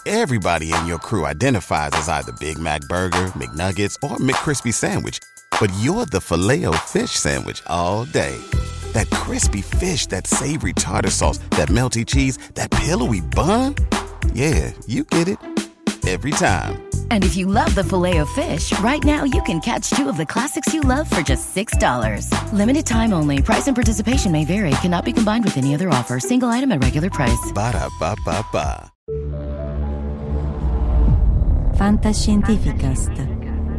Everybody in your crew identifies as either Big Mac Burger, McNuggets, or McCrispy Sandwich. But you're the Filet-O-Fish Sandwich all day. That crispy fish, that savory tartar sauce, that melty cheese, that pillowy bun. Yeah, you get it. Every time. And if you love the Filet-O-Fish, right now you can catch two of the classics you love for just $6. Limited time only. Price and participation may vary. Cannot be combined with any other offer. Single item at regular price. Ba-da-ba-ba-ba. Fantascientificast.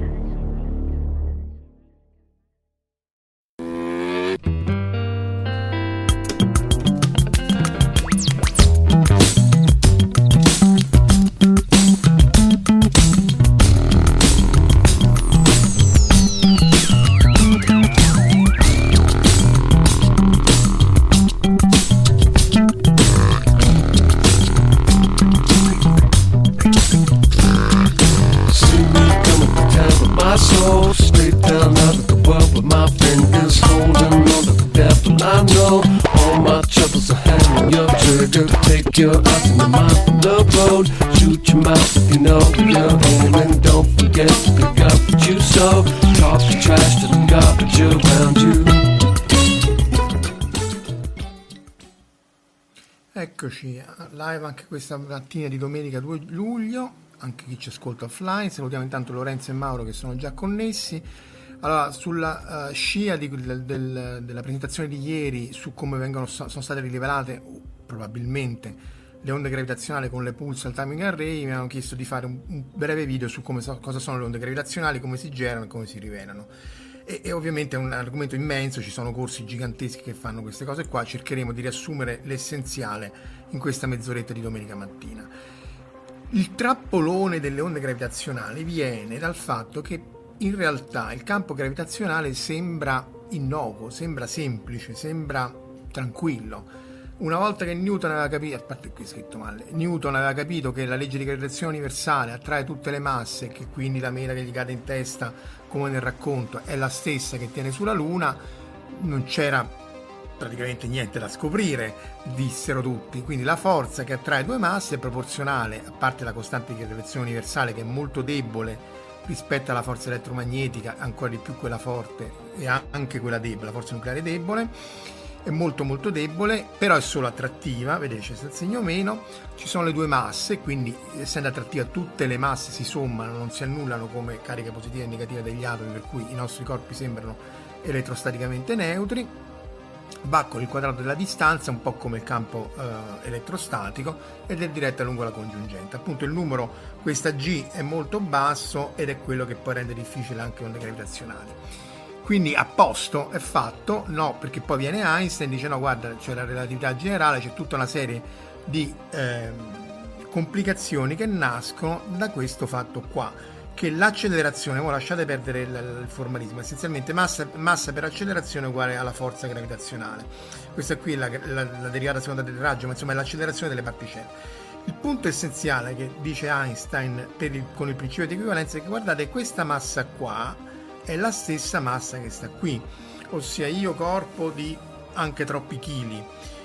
Your eyes in the mouth of the road. Shoot your mouth if you know you're aiming. Don't forget to pick up what you sow. Talk the trash to the garbage around you. Eccoci, live anche questa mattina di domenica 2 luglio, anche chi ci ascolta offline. Salutiamo intanto Lorenzo e Mauro che sono già connessi. Allora, sulla scia della presentazione di ieri su come sono state rivelate probabilmente le onde gravitazionali con le pulsar timing array, mi hanno chiesto di fare un breve video su cosa sono le onde gravitazionali, come si generano e come si rivelano. E ovviamente è un argomento immenso, ci sono corsi giganteschi che fanno queste cose qua. Cercheremo di riassumere l'essenziale in questa mezz'oretta di domenica mattina. Il trappolone delle onde gravitazionali viene dal fatto che in realtà il campo gravitazionale sembra innocuo, sembra semplice, sembra tranquillo. Una volta che Newton aveva capito, a parte qui è scritto male, Newton aveva capito che la legge di gravitazione universale attrae tutte le masse e che quindi la mela che gli cade in testa, come nel racconto, è la stessa che tiene sulla Luna, non c'era praticamente niente da scoprire, dissero tutti. Quindi la forza che attrae due masse è proporzionale, a parte la costante di gravitazione universale che è molto debole rispetto alla forza elettromagnetica, ancora di più quella forte e anche quella debole, la forza nucleare debole, è molto molto debole, però è solo attrattiva, vedete c'è il segno meno, ci sono le due masse, quindi essendo attrattiva tutte le masse si sommano, non si annullano come carica positiva e negativa degli atomi, per cui i nostri corpi sembrano elettrostaticamente neutri. Va con il quadrato della distanza, un po' come il campo elettrostatico, ed è diretta lungo la congiungente. Appunto il numero, questa G, è molto basso ed è quello che poi rende difficile anche le onde gravitazionali. Quindi a posto, è fatto? No, perché poi viene Einstein e dice no, guarda, c'è la relatività generale, c'è tutta una serie di complicazioni che nascono da questo fatto qua, che l'accelerazione, lasciate perdere il formalismo, essenzialmente massa per accelerazione è uguale alla forza gravitazionale. Questa qui è la derivata seconda del raggio, ma insomma è l'accelerazione delle particelle. Il punto essenziale che dice Einstein con il principio di equivalenza è che guardate, questa massa qua è la stessa massa che sta qui, ossia io corpo di anche troppi chili,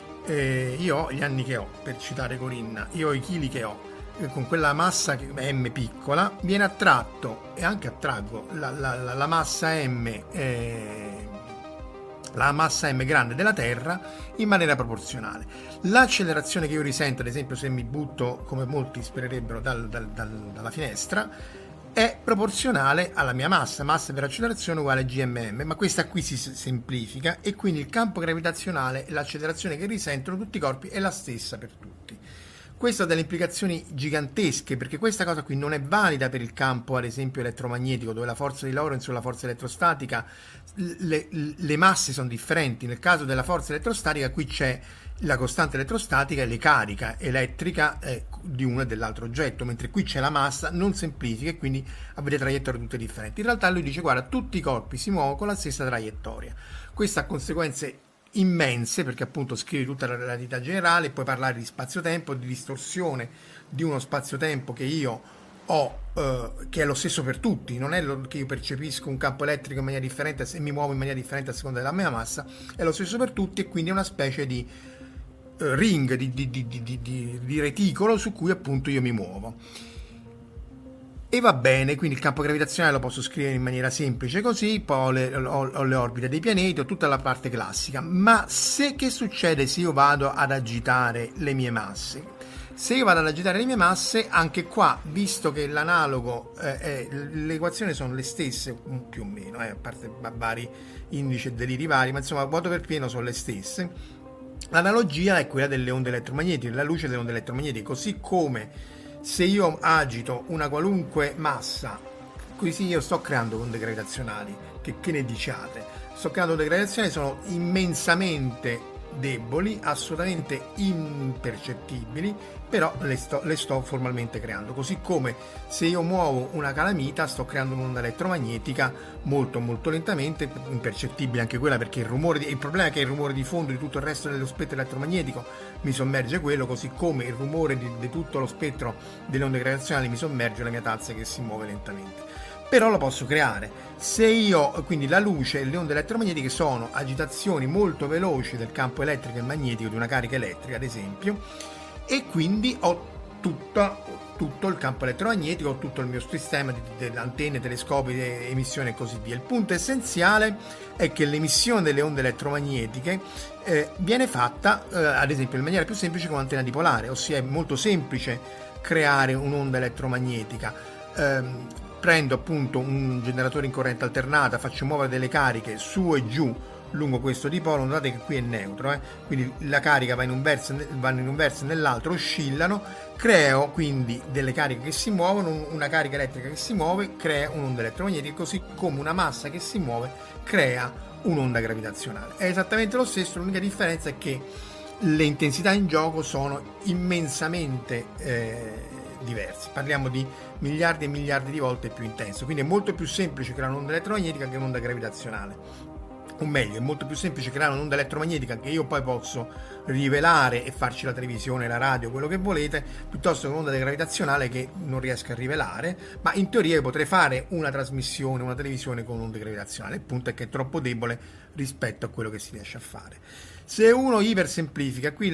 io ho gli anni che ho, per citare Corinna, io ho i chili che ho, con quella massa che è m piccola viene attratto e anche attraggo la massa m grande della Terra in maniera proporzionale. L'accelerazione che io risento, ad esempio se mi butto, come molti spererebbero, dalla finestra, è proporzionale alla mia massa per accelerazione uguale gmm, ma questa qui si semplifica e quindi il campo gravitazionale e l'accelerazione che risentono tutti i corpi è la stessa per tutti. Questo ha delle implicazioni gigantesche, perché questa cosa qui non è valida per il campo, ad esempio, elettromagnetico, dove la forza di Lorentz o la forza elettrostatica, le masse sono differenti. Nel caso della forza elettrostatica qui c'è la costante elettrostatica e le carica elettrica di uno e dell'altro oggetto, mentre qui c'è la massa, non semplifica e quindi avete traiettorie tutte differenti. In realtà lui dice guarda, tutti i corpi si muovono con la stessa traiettoria. Questo ha conseguenze immense, perché appunto scrivi tutta la relatività generale, puoi parlare di spazio-tempo, di distorsione di uno spazio-tempo che io ho, che è lo stesso per tutti, non è che io percepisco un campo elettrico in maniera differente e mi muovo in maniera differente a seconda della mia massa, è lo stesso per tutti e quindi è una specie di ring di reticolo su cui appunto io mi muovo. E va bene, quindi il campo gravitazionale lo posso scrivere in maniera semplice così, poi ho le orbite dei pianeti, ho tutta la parte classica. Ma che succede se io vado ad agitare le mie masse? Se io vado ad agitare le mie masse, anche qua, visto che l'analogo, le equazioni sono le stesse, più o meno, a parte vari indici e deliri vari, ma insomma, vuoto per pieno sono le stesse. L'analogia è quella delle onde elettromagnetiche, della luce delle onde elettromagnetiche, così come se io agito una qualunque massa, così io sto creando onde gravitazionali, che ne diciate? Sto creando onde gravitazionali, sono immensamente deboli, assolutamente impercettibili, però le sto formalmente creando, così come se io muovo una calamita sto creando un'onda elettromagnetica molto molto lentamente, impercettibile anche quella, perché il problema è che il rumore di fondo di tutto il resto dello spettro elettromagnetico mi sommerge quello, così come il rumore di tutto lo spettro delle onde gravitazionali mi sommerge la mia tazza che si muove lentamente. Però lo posso creare. Se io, quindi la luce e le onde elettromagnetiche sono agitazioni molto veloci del campo elettrico e magnetico di una carica elettrica, ad esempio, e quindi ho tutto il campo elettromagnetico, ho tutto il mio sistema di antenne, telescopi, emissioni e così via. Il punto essenziale è che l'emissione delle onde elettromagnetiche viene fatta, ad esempio, in maniera più semplice con un'antenna dipolare, ossia è molto semplice creare un'onda elettromagnetica. Prendo appunto un generatore in corrente alternata, faccio muovere delle cariche su e giù lungo questo dipolo, notate che qui è neutro, quindi la carica vanno in un verso e nell'altro, oscillano, creo quindi delle cariche che si muovono, una carica elettrica che si muove crea un'onda elettromagnetica, così come una massa che si muove crea un'onda gravitazionale. È esattamente lo stesso, l'unica differenza è che le intensità in gioco sono immensamente diverse, parliamo di miliardi e miliardi di volte più intenso, quindi è molto più semplice creare un'onda elettromagnetica che un'onda gravitazionale, o meglio, è molto più semplice creare un'onda elettromagnetica che io poi posso rivelare e farci la televisione, la radio, quello che volete, piuttosto che un'onda gravitazionale che non riesco a rivelare, ma in teoria io potrei fare una trasmissione, una televisione con onde gravitazionali. Il punto è che è troppo debole rispetto a quello che si riesce a fare. Se uno ipersemplifica, qui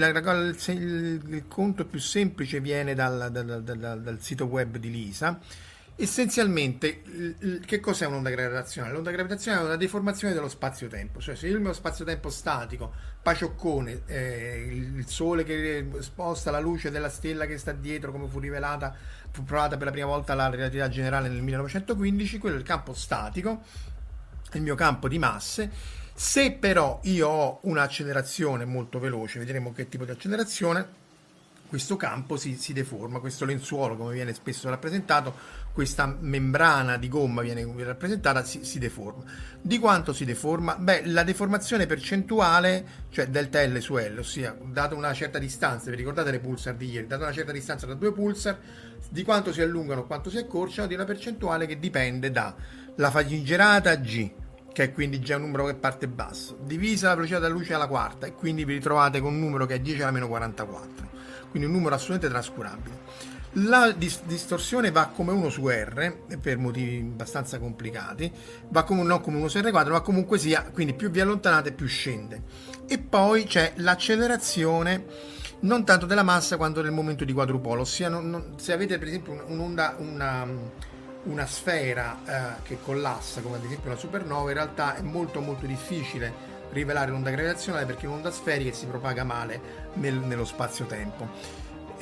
il conto più semplice viene dal sito web di LISA. Essenzialmente, che cos'è un'onda gravitazionale? L'onda gravitazionale è una deformazione dello spazio-tempo, cioè se io il mio spazio-tempo statico, pacioccone, il sole che sposta la luce della stella che sta dietro, come fu provata per la prima volta la relatività generale nel 1915, quello è il campo statico, il mio campo di masse. Se però io ho un'accelerazione molto veloce, vedremo che tipo di accelerazione, questo campo si deforma, questo lenzuolo, come viene spesso rappresentato, questa membrana di gomma viene rappresentata, si deforma. Di quanto si deforma? Beh, la deformazione percentuale, cioè delta L su L, ossia data una certa distanza, vi ricordate le pulsar di ieri, data una certa distanza tra due pulsar, di quanto si allungano o quanto si accorciano, di una percentuale che dipende dalla famigerata G, che è quindi già un numero che parte basso, divisa la velocità della luce alla quarta, e quindi vi ritrovate con un numero che è 10 alla meno 44, quindi un numero assolutamente trascurabile. La distorsione va come 1 su R, per motivi abbastanza complicati, va non come 1 su R quadro, ma comunque sia, quindi più vi allontanate più scende. E poi c'è l'accelerazione non tanto della massa quanto del momento di quadrupolo, ossia se avete per esempio una sfera che collassa, come ad esempio una supernova, in realtà è molto molto difficile rivelare l'onda gravitazionale, perché è un'onda sferica e si propaga male nello spazio-tempo.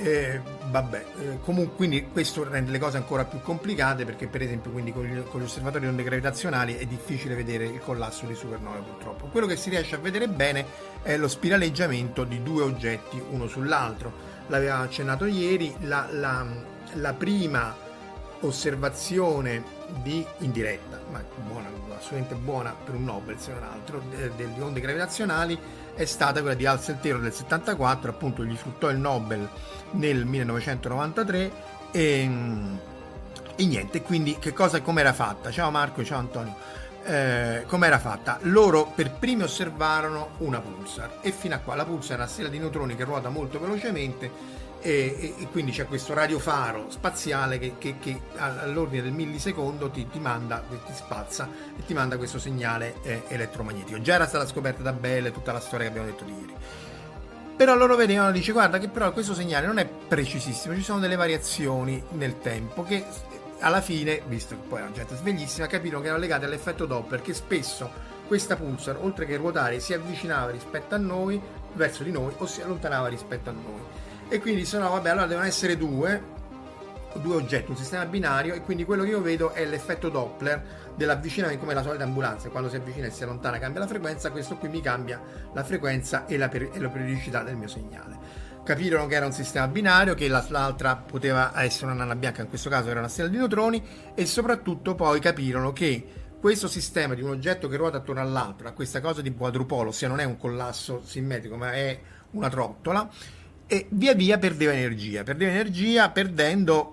Comunque, quindi questo rende le cose ancora più complicate, perché per esempio quindi con gli osservatori di onde gravitazionali è difficile vedere il collasso di supernove, purtroppo. Quello che si riesce a vedere bene è lo spiraleggiamento di due oggetti uno sull'altro. L'avevamo accennato ieri, la prima osservazione in diretta, ma buona, assolutamente buona per un Nobel se non altro, delle onde gravitazionali, è stata quella di Alcel-Taylor del 74, appunto gli fruttò il Nobel nel 1993 e niente, quindi come era fatta? Ciao Marco, ciao Antonio. Come era fatta? Loro per primi osservarono una pulsar, e fino a qua la pulsar è una stella di neutroni che ruota molto velocemente, e quindi c'è questo radiofaro spaziale che all'ordine del millisecondo ti spazza e ti manda questo segnale elettromagnetico. Già era stata scoperta da Bell, tutta la storia che abbiamo detto di ieri. Però loro vedevano, dice guarda che però questo segnale non è precisissimo, ci sono delle variazioni nel tempo che alla fine, visto che poi la gente è sveglissima, capirono che erano legate all'effetto Doppler, che spesso questa pulsar, oltre che ruotare, si avvicinava rispetto a noi, verso di noi, o si allontanava rispetto a noi. E quindi dissero no vabbè, allora devono essere due oggetti, un sistema binario, e quindi quello che io vedo è l'effetto Doppler dell'avvicinamento, come la solita ambulanza, quando si avvicina e si allontana cambia la frequenza, questo qui mi cambia la frequenza e la periodicità del mio segnale. Capirono che era un sistema binario, che l'altra poteva essere una nana bianca, in questo caso era una stella di neutroni, e soprattutto poi capirono che questo sistema di un oggetto che ruota attorno all'altro, a questa cosa di quadrupolo, ossia non è un collasso simmetrico ma è una trottola, e via via perdeva energia perdendo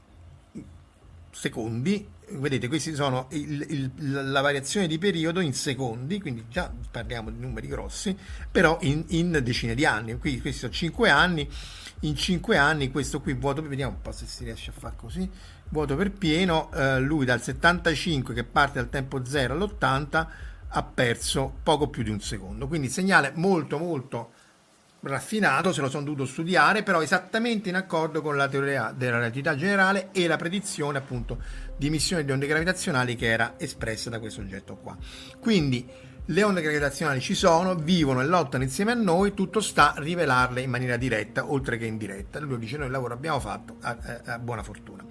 secondi. Vedete, questi sono la variazione di periodo in secondi, quindi già parliamo di numeri grossi, però in decine di anni. Qui questi sono 5 anni, in 5 anni questo qui vuoto, vediamo un po' se si riesce a fare così, vuoto per pieno, lui dal 75 che parte dal tempo 0 all'80 ha perso poco più di un secondo, quindi segnale molto molto raffinato, se lo sono dovuto studiare, però esattamente in accordo con la teoria della relatività generale e la predizione appunto di emissione di onde gravitazionali che era espressa da questo oggetto qua. Quindi le onde gravitazionali ci sono, vivono e lottano insieme a noi, tutto sta a rivelarle in maniera diretta oltre che indiretta. Lui dice noi il lavoro abbiamo fatto, a buona fortuna.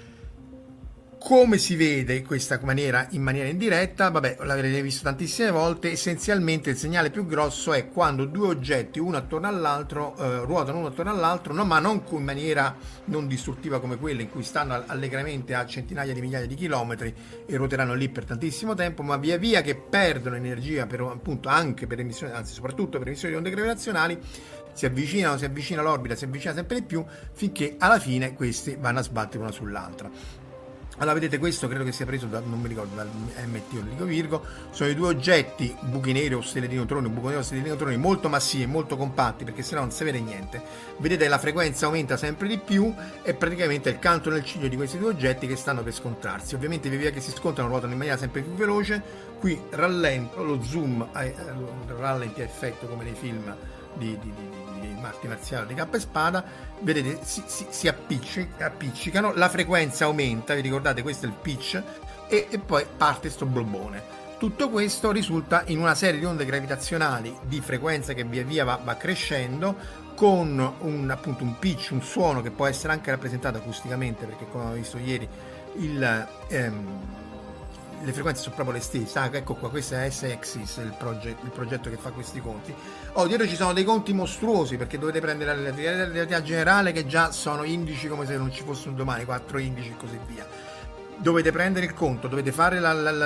Come si vede questa maniera in maniera indiretta? Vabbè, l'avrete visto tantissime volte. Essenzialmente il segnale più grosso è quando due oggetti uno attorno all'altro ruotano uno attorno all'altro, no, ma non in maniera non distruttiva come quella in cui stanno allegramente a centinaia di migliaia di chilometri e ruoteranno lì per tantissimo tempo, ma via via che perdono energia per, appunto anche per emissione, anzi soprattutto per emissione di onde gravitazionali, si avvicina l'orbita, si avvicina sempre di più finché alla fine questi vanno a sbattere una sull'altra. Allora vedete, questo credo che sia preso da, non mi ricordo, dal MT o Ligo Virgo, sono i due oggetti, buchi neri o stelle di neutroni, buco nero o stelle di neutroni, molto massivi, molto compatti, perché sennò non si vede niente. Vedete la frequenza aumenta sempre di più e praticamente il canto nel ciglio di questi due oggetti che stanno per scontrarsi. Ovviamente via via che si scontrano ruotano in maniera sempre più veloce, qui rallento, lo zoom, rallenti a effetto come nei film di arti marziali di cappa e spada, vedete si appiccicano, la frequenza aumenta, vi ricordate questo è il pitch, e poi parte sto blobone. Tutto questo risulta in una serie di onde gravitazionali di frequenza che via via va crescendo, con appunto un pitch, un suono che può essere anche rappresentato acusticamente, perché come abbiamo visto ieri le frequenze sono proprio le stesse. Ecco qua, questo è SXIS, il progetto che fa questi conti. Dietro ci sono dei conti mostruosi, perché dovete prendere la relatività generale, che già sono indici come se non ci fosse un domani, 4 indici e così via. Dovete prendere il conto, dovete fare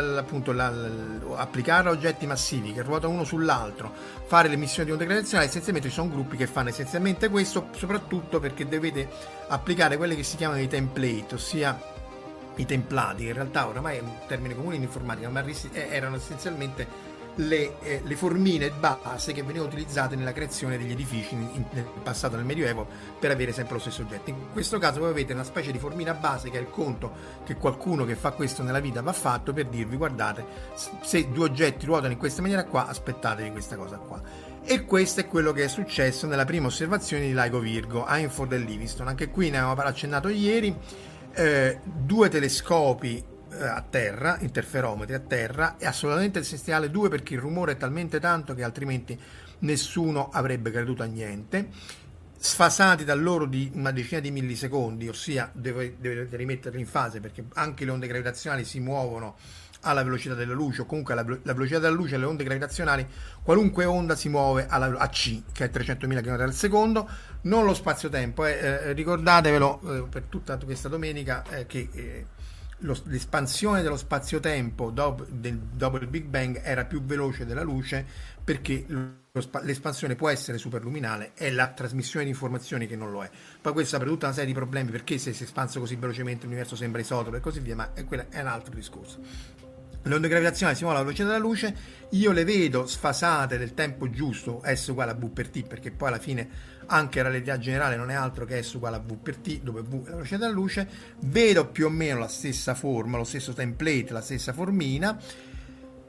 applicare a oggetti massivi che ruotano uno sull'altro, fare l'emissione di onde gravitazionali. Essenzialmente ci sono gruppi che fanno essenzialmente questo, soprattutto perché dovete applicare quelle che si chiamano i template, ossia i templati, che in realtà oramai è un termine comune in informatica, ma erano essenzialmente le formine base che venivano utilizzate nella creazione degli edifici nel passato, nel Medioevo, per avere sempre lo stesso oggetto. In questo caso voi avete una specie di formina base che è il conto che qualcuno che fa questo nella vita va fatto per dirvi guardate, se due oggetti ruotano in questa maniera qua, aspettatevi questa cosa qua. E questo è quello che è successo nella prima osservazione di LIGO Virgo, Hanford e Livingston. Anche qui ne avevamo accennato ieri. Due telescopi a terra, interferometri a terra, è assolutamente essenziale, due, perché il rumore è talmente tanto che altrimenti nessuno avrebbe creduto a niente, sfasati da loro di una decina di millisecondi, ossia dovete rimetterli in fase, perché anche le onde gravitazionali si muovono alla velocità della luce, o comunque la velocità della luce, le onde gravitazionali, qualunque onda si muove a c, che è 300.000 km al secondo, non lo spazio-tempo. Ricordatevelo per tutta questa domenica, che l'espansione dello spazio-tempo dopo il Big Bang era più veloce della luce, perché l'espansione può essere superluminale, è la trasmissione di informazioni che non lo è. Poi questo apre tutta una serie di problemi, perché se si è espanso così velocemente l'universo sembra isotopo e così via, ma quello è un altro discorso. Le onde gravitazionali si muovono alla velocità della luce, io le vedo sfasate del tempo giusto, S uguale a V per T, perché poi alla fine anche la relatività generale non è altro che S uguale a V per T, dove V è la velocità della luce, vedo più o meno la stessa forma, lo stesso template, la stessa formina,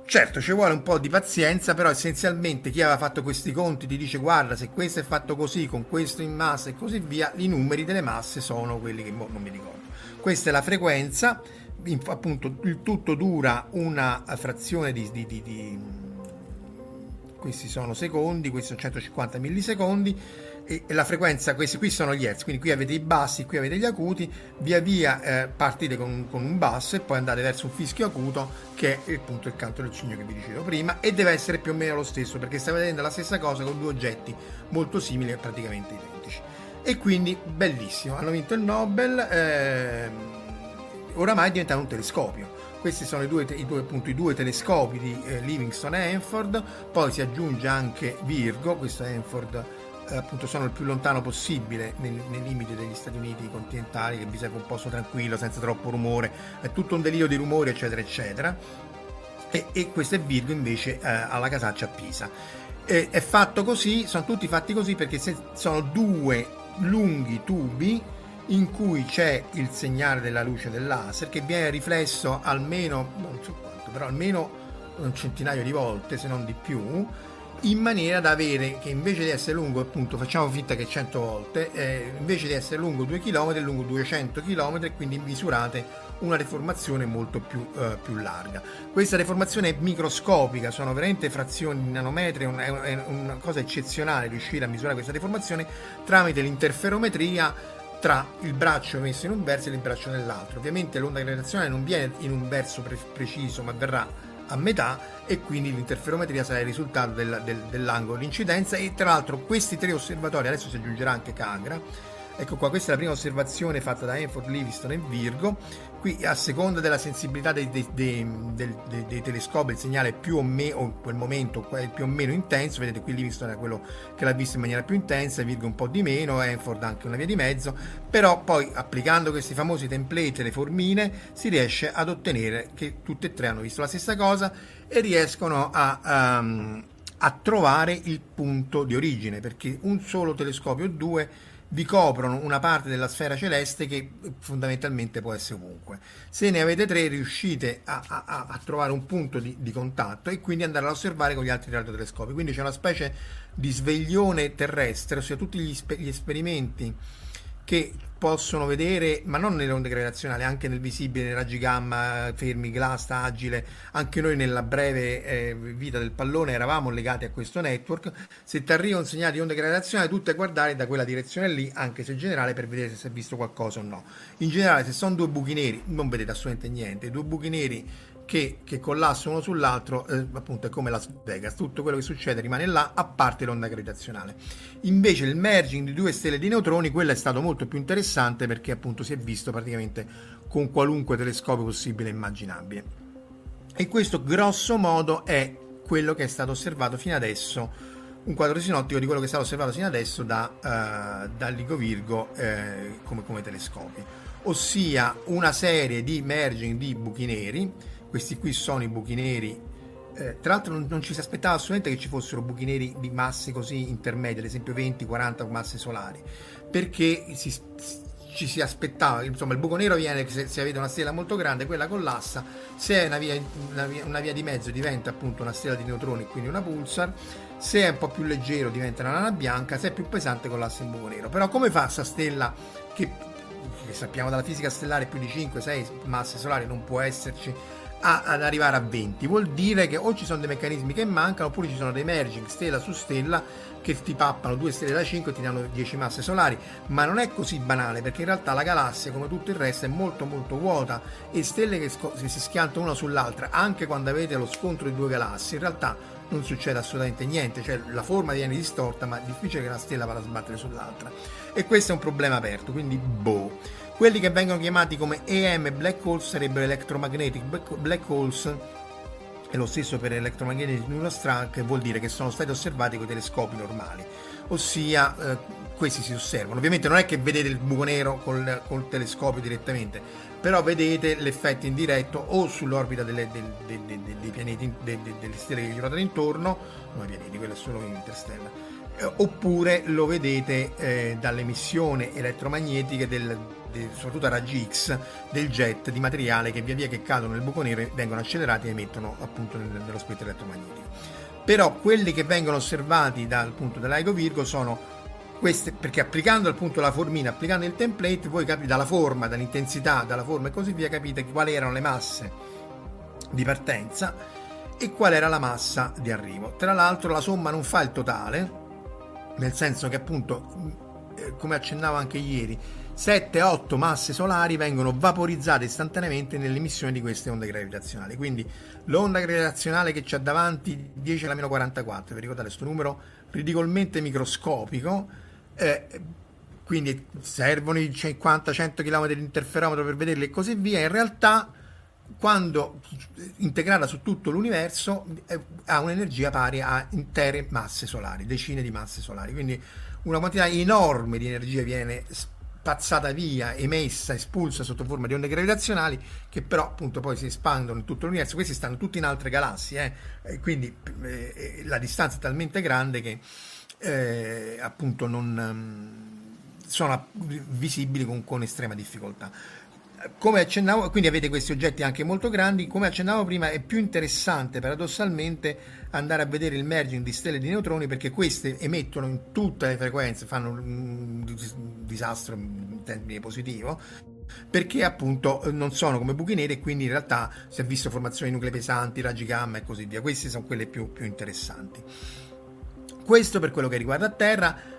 Certo, ci vuole un po' di pazienza, però essenzialmente chi aveva fatto questi conti ti dice guarda, se questo è fatto così, con questo in massa e così via, i numeri delle masse sono quelli che non mi ricordo. Questa è la frequenza, appunto il tutto dura una frazione questi sono secondi, questi sono 150 millisecondi, e la frequenza, questi qui sono gli hertz, quindi qui avete i bassi, qui avete gli acuti, via via partite con un basso e poi andate verso un fischio acuto che è appunto il canto del cigno che vi dicevo prima, e deve essere più o meno lo stesso perché state vedendo la stessa cosa con due oggetti molto simili e praticamente identici. E quindi bellissimo, hanno vinto il Nobel, oramai è diventato un telescopio. Questi sono i due telescopi di Livingston e Hanford, poi si aggiunge anche Virgo, questo Hanford appunto sono il più lontano possibile nei limiti degli Stati Uniti continentali, che vi serve un posto tranquillo, senza troppo rumore, è tutto un delirio di rumori eccetera eccetera, e questo è Virgo invece alla casaccia a Pisa. È fatto così, sono tutti fatti così perché sono due lunghi tubi in cui c'è il segnale della luce del laser che viene riflesso almeno, non so quanto, però almeno un centinaio di volte, se non di più, in maniera da avere che invece di essere lungo, appunto facciamo finta che 100 volte, invece di essere lungo 2 km è lungo 200 km, e quindi misurate una deformazione molto più larga. Questa deformazione è microscopica, sono veramente frazioni di nanometri, è una cosa eccezionale riuscire a misurare questa deformazione tramite l'interferometria tra il braccio messo in un verso e il braccio nell'altro. Ovviamente l'onda gravitazionale non viene in un verso preciso, ma verrà a metà, e quindi l'interferometria sarà il risultato dell'angolo di incidenza. E tra l'altro questi tre osservatori, adesso si aggiungerà anche Cagra, ecco qua, questa è la prima osservazione fatta da Hanford, Livingston e Virgo. Qui a seconda della sensibilità dei telescopi il segnale più o meno, in quel momento è più o meno intenso. Vedete qui Livingston è quello che l'ha visto in maniera più intensa, Virgo un po' di meno, Hanford anche una via di mezzo, però poi applicando questi famosi template, le formine, si riesce ad ottenere che tutte e tre hanno visto la stessa cosa e riescono a trovare il punto di origine, perché un solo telescopio o due vi coprono una parte della sfera celeste che fondamentalmente può essere ovunque. Se ne avete tre riuscite a trovare un punto di contatto e quindi andare a osservare con gli altri radiotelescopi. Quindi c'è una specie di sveglione terrestre, ossia tutti gli esperimenti che possono vedere, ma non nelle onde gravitazionali, anche nel visibile, nei raggi gamma, fermi, glast, agile. Anche noi nella breve vita del pallone eravamo legati a questo network. Se ti arriva un segnale di onde gravitazionali, tu te guardare da quella direzione lì, anche se generale, per vedere se si è visto qualcosa o no. In generale, se sono due buchi neri, non vedete assolutamente niente. Due buchi neri che collassano uno sull'altro, appunto è come Las Vegas, tutto quello che succede rimane là, a parte l'onda gravitazionale. Invece il merging di due stelle di neutroni, quello è stato molto più interessante, perché appunto si è visto praticamente con qualunque telescopio possibile e immaginabile. E questo grosso modo è quello che è stato osservato fino adesso, un quadro sinottico di quello che è stato osservato fino adesso da LIGO Virgo come telescopi, ossia una serie di merging di buchi neri. Questi qui sono i buchi neri, tra l'altro non ci si aspettava assolutamente che ci fossero buchi neri di masse così intermedie, ad esempio 20-40 masse solari, perché ci si aspettava, insomma il buco nero viene se avete una stella molto grande, quella collassa, se è una via di mezzo diventa appunto una stella di neutroni, quindi una pulsar, se è un po' più leggero diventa una nana bianca, se è più pesante collassa in buco nero. Però come fa questa stella che sappiamo dalla fisica stellare più di 5-6 masse solari non può esserci ad arrivare a 20? Vuol dire che o ci sono dei meccanismi che mancano, oppure ci sono dei merging stella su stella che ti pappano 2 stelle da 5 e ti danno 10 masse solari. Ma non è così banale, perché in realtà la galassia, come tutto il resto, è molto molto vuota, e stelle che si schiantano una sull'altra, anche quando avete lo scontro di due galassie, in realtà non succede assolutamente niente, cioè la forma viene distorta, ma è difficile che una stella vada a sbattere sull'altra, e questo è un problema aperto. Quindi quelli che vengono chiamati come EM black holes sarebbero electromagnetic black holes, e lo stesso per electromagnetic neutron, che vuol dire che sono stati osservati con i telescopi normali, ossia questi si osservano. Ovviamente non è che vedete il buco nero col telescopio direttamente, però vedete l'effetto indiretto o sull'orbita dei pianeti, delle stelle che gli ruotano intorno, non i pianeti, quello è solo interstellar, oppure lo vedete dall'emissione elettromagnetica soprattutto a raggi X del jet di materiale che via via che cadono nel buco nero vengono accelerati e emettono appunto nello spettro elettromagnetico. Però quelli che vengono osservati dal punto dell'LIGO Virgo sono queste, perché applicando appunto la formina, applicando il template, voi capite dalla forma, dall'intensità, dalla forma e così via, capite quali erano le masse di partenza e qual era la massa di arrivo. Tra l'altro la somma non fa il totale, nel senso che appunto, come accennavo anche ieri, 7-8 masse solari vengono vaporizzate istantaneamente nell'emissione di queste onde gravitazionali. Quindi l'onda gravitazionale che c'è davanti, 10 alla meno 44, vi ricordate questo numero ridicolmente microscopico, quindi servono i 50-100 km di interferometro per vederli e così via. In realtà, quando integrata su tutto l'universo, ha un'energia pari a intere masse solari, decine di masse solari, quindi una quantità enorme di energia viene spazzata via, emessa, espulsa sotto forma di onde gravitazionali, che però appunto poi si espandono in tutto l'universo. Questi stanno tutti in altre galassie, quindi la distanza è talmente grande che appunto non sono visibili con estrema difficoltà. Come accennavo, quindi avete questi oggetti anche molto grandi. Come accennavo prima, è più interessante paradossalmente andare a vedere il merging di stelle di neutroni, perché queste emettono in tutte le frequenze, fanno un disastro in termini positivo, perché appunto non sono come buchi neri e quindi in realtà si è visto formazione di nuclei pesanti, raggi gamma e così via. Queste sono quelle più interessanti. Questo per quello che riguarda Terra.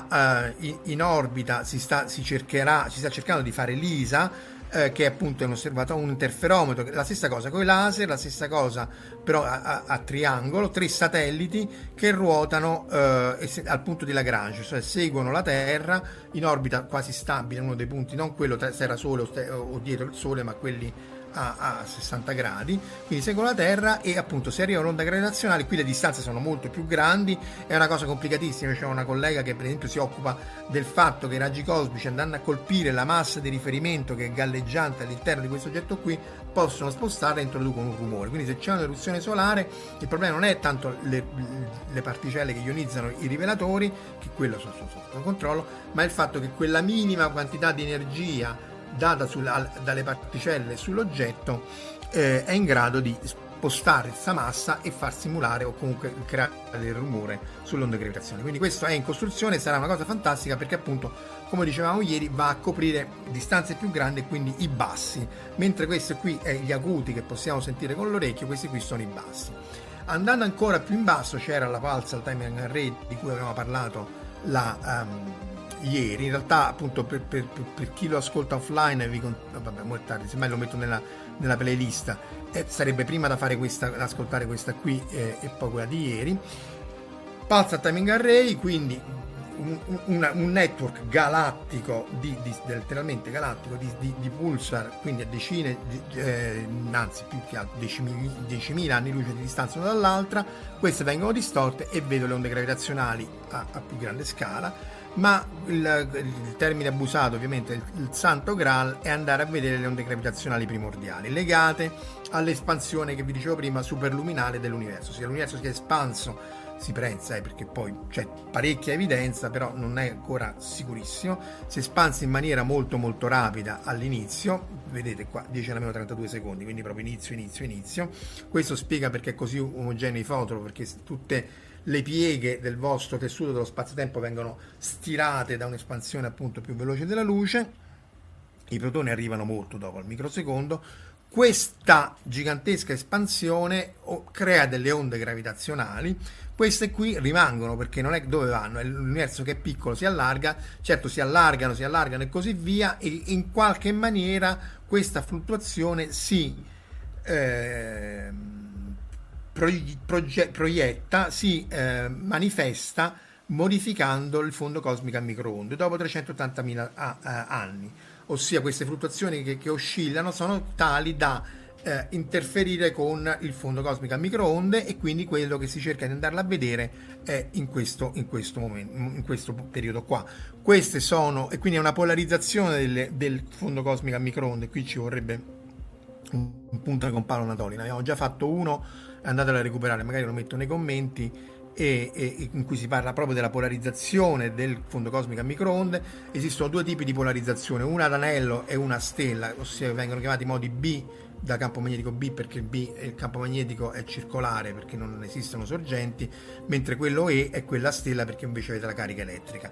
In orbita si sta cercando di fare l'ISA, che appunto è un interferometro, la stessa cosa con i laser, la stessa cosa però a triangolo, 3 satelliti che ruotano al punto di Lagrange, cioè seguono la Terra in orbita quasi stabile, uno dei punti, non quello Terra-Sole o dietro il Sole, ma quelli a 60 gradi, quindi seguono la Terra e appunto se arriva un'onda gravitazionale, qui le distanze sono molto più grandi, è una cosa complicatissima. C'è una collega che per esempio si occupa del fatto che i raggi cosmici, andando a colpire la massa di riferimento che è galleggiante all'interno di questo oggetto qui, possono spostarla e introducono un rumore. Quindi se c'è un'eruzione solare, il problema non è tanto le particelle che ionizzano i rivelatori, che quello sono sotto controllo, ma il fatto che quella minima quantità di energia data dalle particelle sull'oggetto è in grado di spostare questa massa e far simulare o comunque creare del rumore sull'onda gravitazionale. Quindi questo è in costruzione, sarà una cosa fantastica, perché appunto, come dicevamo ieri, va a coprire distanze più grandi e quindi i bassi, mentre questo qui è gli acuti che possiamo sentire con l'orecchio, questi qui sono i bassi. Andando ancora più in basso c'era la Pulsar Timing Array di cui avevamo parlato ieri. In realtà appunto per chi lo ascolta offline, vabbè, molto tardi, semmai lo metto nella playlist, sarebbe prima da fare ascoltare questa qui e poi quella di ieri. Pulsar Timing Array, quindi un network galattico letteralmente galattico di pulsar, quindi a decine anzi più che altro 10.000 anni luce di distanza una dall'altra. Queste vengono distorte e vedo le onde gravitazionali a più grande scala, ma il termine abusato, ovviamente il santo graal, è andare a vedere le onde gravitazionali primordiali legate all'espansione che vi dicevo prima superluminale dell'universo. Ossia, l'universo si è espanso, si pensa, perché poi c'è parecchia evidenza, però non è ancora sicurissimo, si è espanso in maniera molto molto rapida all'inizio, vedete qua 10 alla meno 32 secondi, quindi proprio inizio. Questo spiega perché è così omogeneo i fotoni, perché tutte le pieghe del vostro tessuto dello spazio-tempo vengono stirate da un'espansione appunto più veloce della luce. I protoni arrivano molto dopo, al microsecondo. Questa gigantesca espansione crea delle onde gravitazionali. Queste qui rimangono, perché non è dove vanno, è l'universo che è piccolo, si allarga, certo si allargano e così via, e in qualche maniera questa fluttuazione si proietta, si manifesta modificando il fondo cosmico a microonde dopo 380.000 anni. Ossia, queste fluttuazioni che oscillano sono tali da interferire con il fondo cosmico a microonde, e quindi quello che si cerca di andarla a vedere è in questo momento, in questo periodo qua. Queste sono, e quindi è una polarizzazione del fondo cosmico a microonde. Qui ci vorrebbe un punto con Paolo Natoli, ne abbiamo già fatto uno, andatelo a recuperare, magari lo metto nei commenti, e in cui si parla proprio della polarizzazione del fondo cosmico a microonde. Esistono due tipi di polarizzazione, una ad anello e una a stella, ossia vengono chiamati modi B da campo magnetico B, perché il campo magnetico è circolare, perché non esistono sorgenti, mentre quello E è quella a stella, perché invece avete la carica elettrica.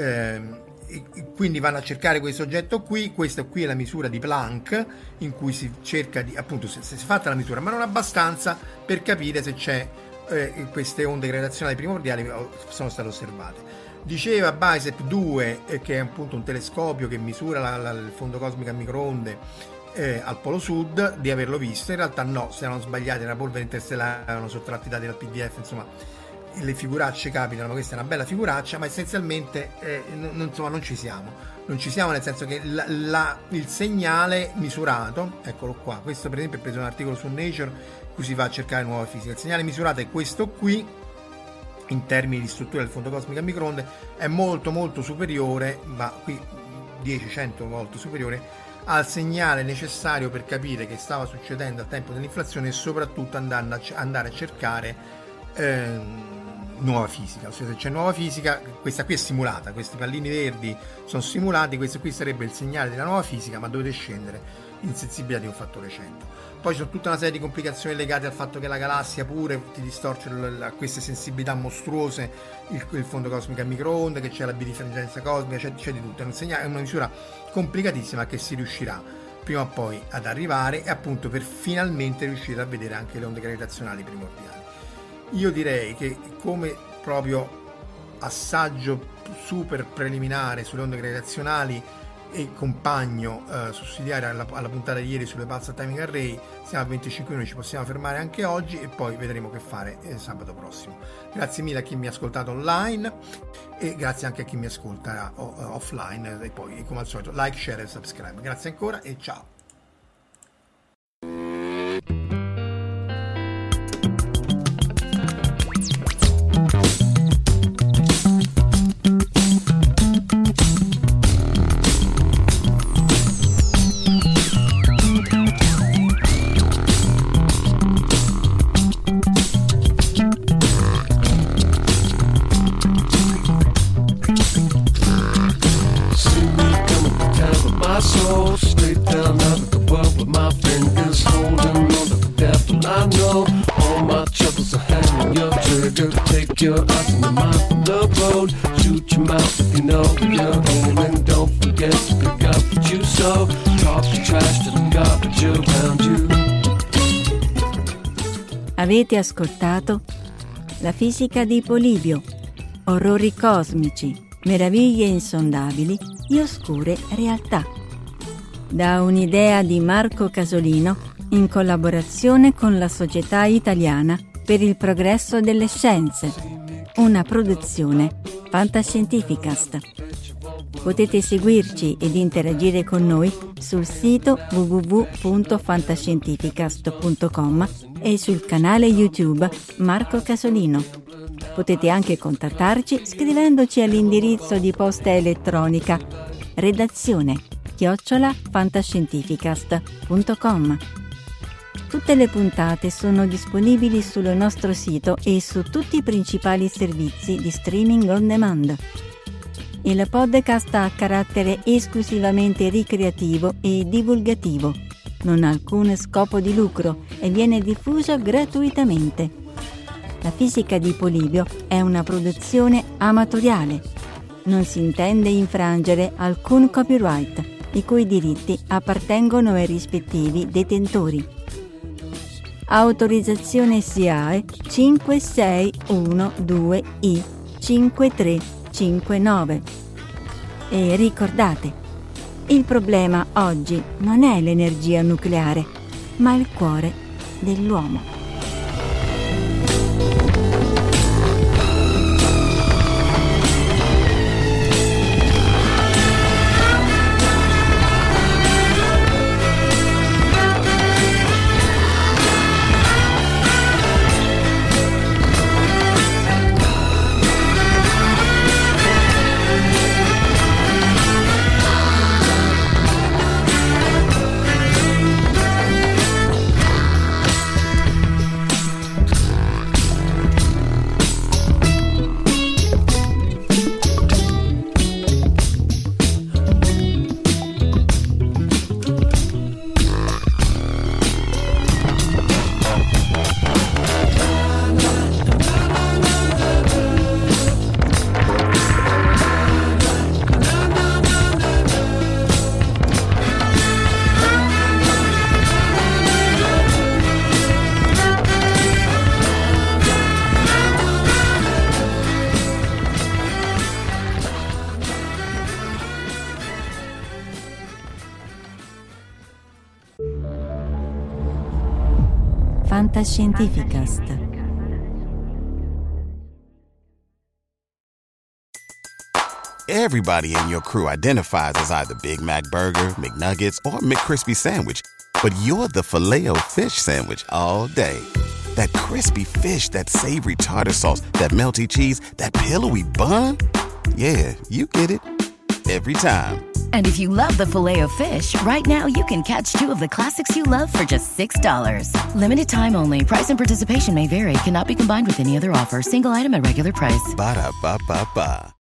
Quindi vanno a cercare questo oggetto qui. Questa qui è la misura di Planck, in cui si cerca di, appunto, se si è fatta la misura, ma non abbastanza per capire se c'è queste onde gravitazionali primordiali sono state osservate. Diceva BICEP 2, che è appunto un telescopio che misura il fondo cosmico a microonde al polo sud, di averlo visto. In realtà no, si erano sbagliati, era polvere interstellare, avevano sottratti i dati dal PDF, insomma le figuracce capitano, ma questa è una bella figuraccia, ma essenzialmente non ci siamo, nel senso che il segnale misurato, eccolo qua, questo per esempio è preso un articolo su Nature in cui si va a cercare nuova fisica. Il segnale misurato è questo qui, in termini di struttura del fondo cosmico a microonde è molto molto superiore, ma qui 10-100 volte superiore al segnale necessario per capire che stava succedendo al tempo dell'inflazione, e soprattutto andare a cercare nuova fisica. Ossia, se c'è nuova fisica, questa qui è simulata, questi pallini verdi sono simulati, questo qui sarebbe il segnale della nuova fisica, ma dovete scendere in sensibilità di un fattore 100. Poi ci sono tutta una serie di complicazioni legate al fatto che la galassia pure ti distorce a queste sensibilità mostruose il fondo cosmico a microonde, che c'è la bidifferenza cosmica, c'è di tutto. È una misura complicatissima che si riuscirà prima o poi ad arrivare, e appunto per finalmente riuscire a vedere anche le onde gravitazionali primordiali. Io direi che come proprio assaggio super preliminare sulle onde gravitazionali e compagno sussidiario alla puntata di ieri sulle pulsar timing array, siamo a 25 minuti, ci possiamo fermare anche oggi e poi vedremo che fare sabato prossimo. Grazie mille a chi mi ha ascoltato online e grazie anche a chi mi ascolta offline, e poi come al solito like, share e subscribe. Grazie ancora e ciao. Your eyes in the mouth of the road. Shoot your mouth if you know you're aiming. Don't forget to pick up what you sow. Talk the trash to the garbage around you. Avete ascoltato La fisica di Polibio, orrori cosmici, meraviglie insondabili e oscure realtà. Da un'idea di Marco Casolino in collaborazione con la Società Italiana per il Progresso delle Scienze, una produzione Fantascientificast. Potete seguirci ed interagire con noi sul sito www.fantascientificast.com e sul canale YouTube Marco Casolino. Potete anche contattarci scrivendoci all'indirizzo di posta elettronica redazione@fantascientificast.com. Tutte le puntate sono disponibili sul nostro sito e su tutti i principali servizi di streaming on demand. Il podcast ha carattere esclusivamente ricreativo e divulgativo, non ha alcun scopo di lucro e viene diffuso gratuitamente. La fisica di Polibio è una produzione amatoriale. Non si intende infrangere alcun copyright, i cui diritti appartengono ai rispettivi detentori. Autorizzazione SIAE 5612I 5359. E ricordate, il problema oggi non è l'energia nucleare, ma il cuore dell'uomo. Fantascientificast. Everybody in your crew identifies as either Big Mac Burger, McNuggets, or McCrispy Sandwich. But you're the Filet-O-Fish Sandwich all day. That crispy fish, that savory tartar sauce, that melty cheese, that pillowy bun. Yeah, you get it. Every time. And if you love the Filet-O-Fish, right now you can catch 2 of the classics you love for just $6. Limited time only. Price and participation may vary. Cannot be combined with any other offer. Single item at regular price. Ba-da-ba-ba-ba.